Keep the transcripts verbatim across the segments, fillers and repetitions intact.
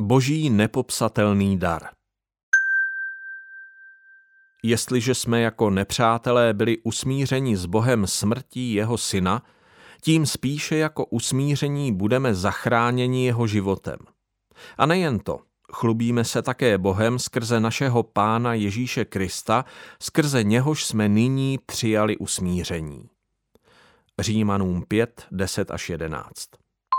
Boží nepopsatelný dar. Jestliže jsme jako nepřátelé byli usmířeni s Bohem smrtí jeho syna, tím spíše jako usmíření budeme zachráněni jeho životem. A nejen to, chlubíme se také Bohem skrze našeho Pána Ježíše Krista, skrze něhož jsme nyní přijali usmíření. Římanům pět, deset až jedenáct.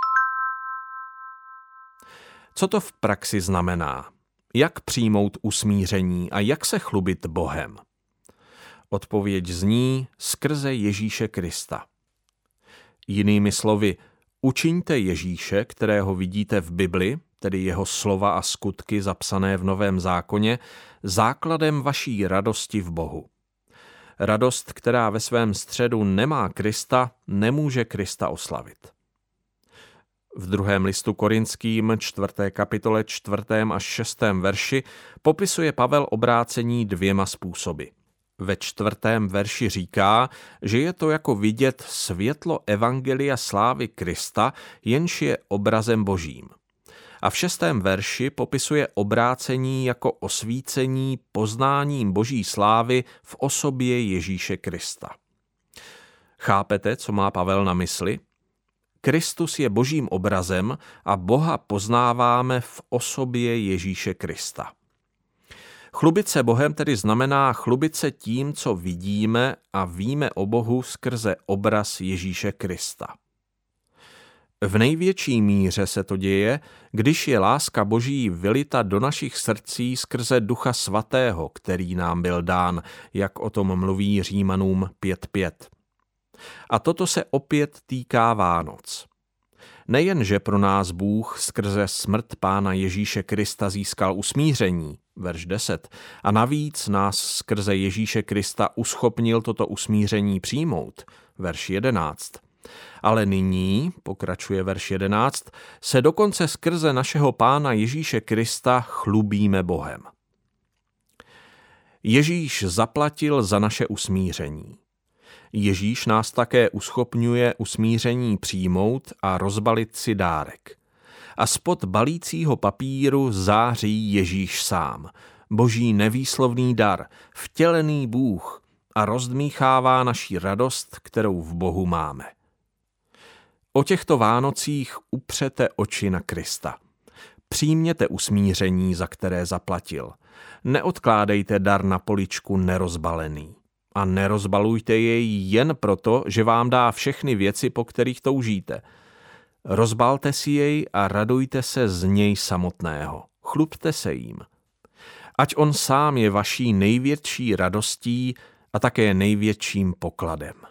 Co to v praxi znamená? Jak přijmout usmíření a jak se chlubit Bohem? Odpověď zní skrze Ježíše Krista. Jinými slovy, učiňte Ježíše, kterého vidíte v Bibli, tedy jeho slova a skutky zapsané v Novém zákoně, základem vaší radosti v Bohu. Radost, která ve svém středu nemá Krista, nemůže Krista oslavit. V druhém listu Korinským, čtvrté kapitole, čtvrtém až šestém verši, popisuje Pavel obrácení dvěma způsoby. Ve čtvrtém verši říká, že je to jako vidět světlo evangelia slávy Krista, jenž je obrazem Božím. A v šestém verši popisuje obrácení jako osvícení poznáním Boží slávy v osobě Ježíše Krista. Chápete, co má Pavel na mysli? Kristus je Božím obrazem a Boha poznáváme v osobě Ježíše Krista. Chlubit se Bohem tedy znamená chlubit se tím, co vidíme a víme o Bohu skrze obraz Ježíše Krista. V největší míře se to děje, když je láska Boží vylita do našich srdcí skrze Ducha Svatého, který nám byl dán, jak o tom mluví Římanům pět pět. A toto se opět týká Vánoc. Nejen, že pro nás Bůh skrze smrt Pána Ježíše Krista získal usmíření, verš deset, a navíc nás skrze Ježíše Krista uschopnil toto usmíření přijmout, verš jedenáct. Ale nyní, pokračuje verš jedenáct, se dokonce skrze našeho Pána Ježíše Krista chlubíme Bohem. Ježíš zaplatil za naše usmíření. Ježíš nás také uschopňuje usmíření přijmout a rozbalit si dárek. A spod balícího papíru září Ježíš sám, Boží nevýslovný dar, vtělený Bůh, a rozdmíchává naši radost, kterou v Bohu máme. O těchto Vánocích upřete oči na Krista. Přijměte usmíření, za které zaplatil. Neodkládejte dar na poličku nerozbalený. A nerozbalujte jej jen proto, že vám dá všechny věci, po kterých toužíte. Rozbalte si jej a radujte se z něj samotného. Chlubte se jím. Ať on sám je vaší největší radostí a také největším pokladem.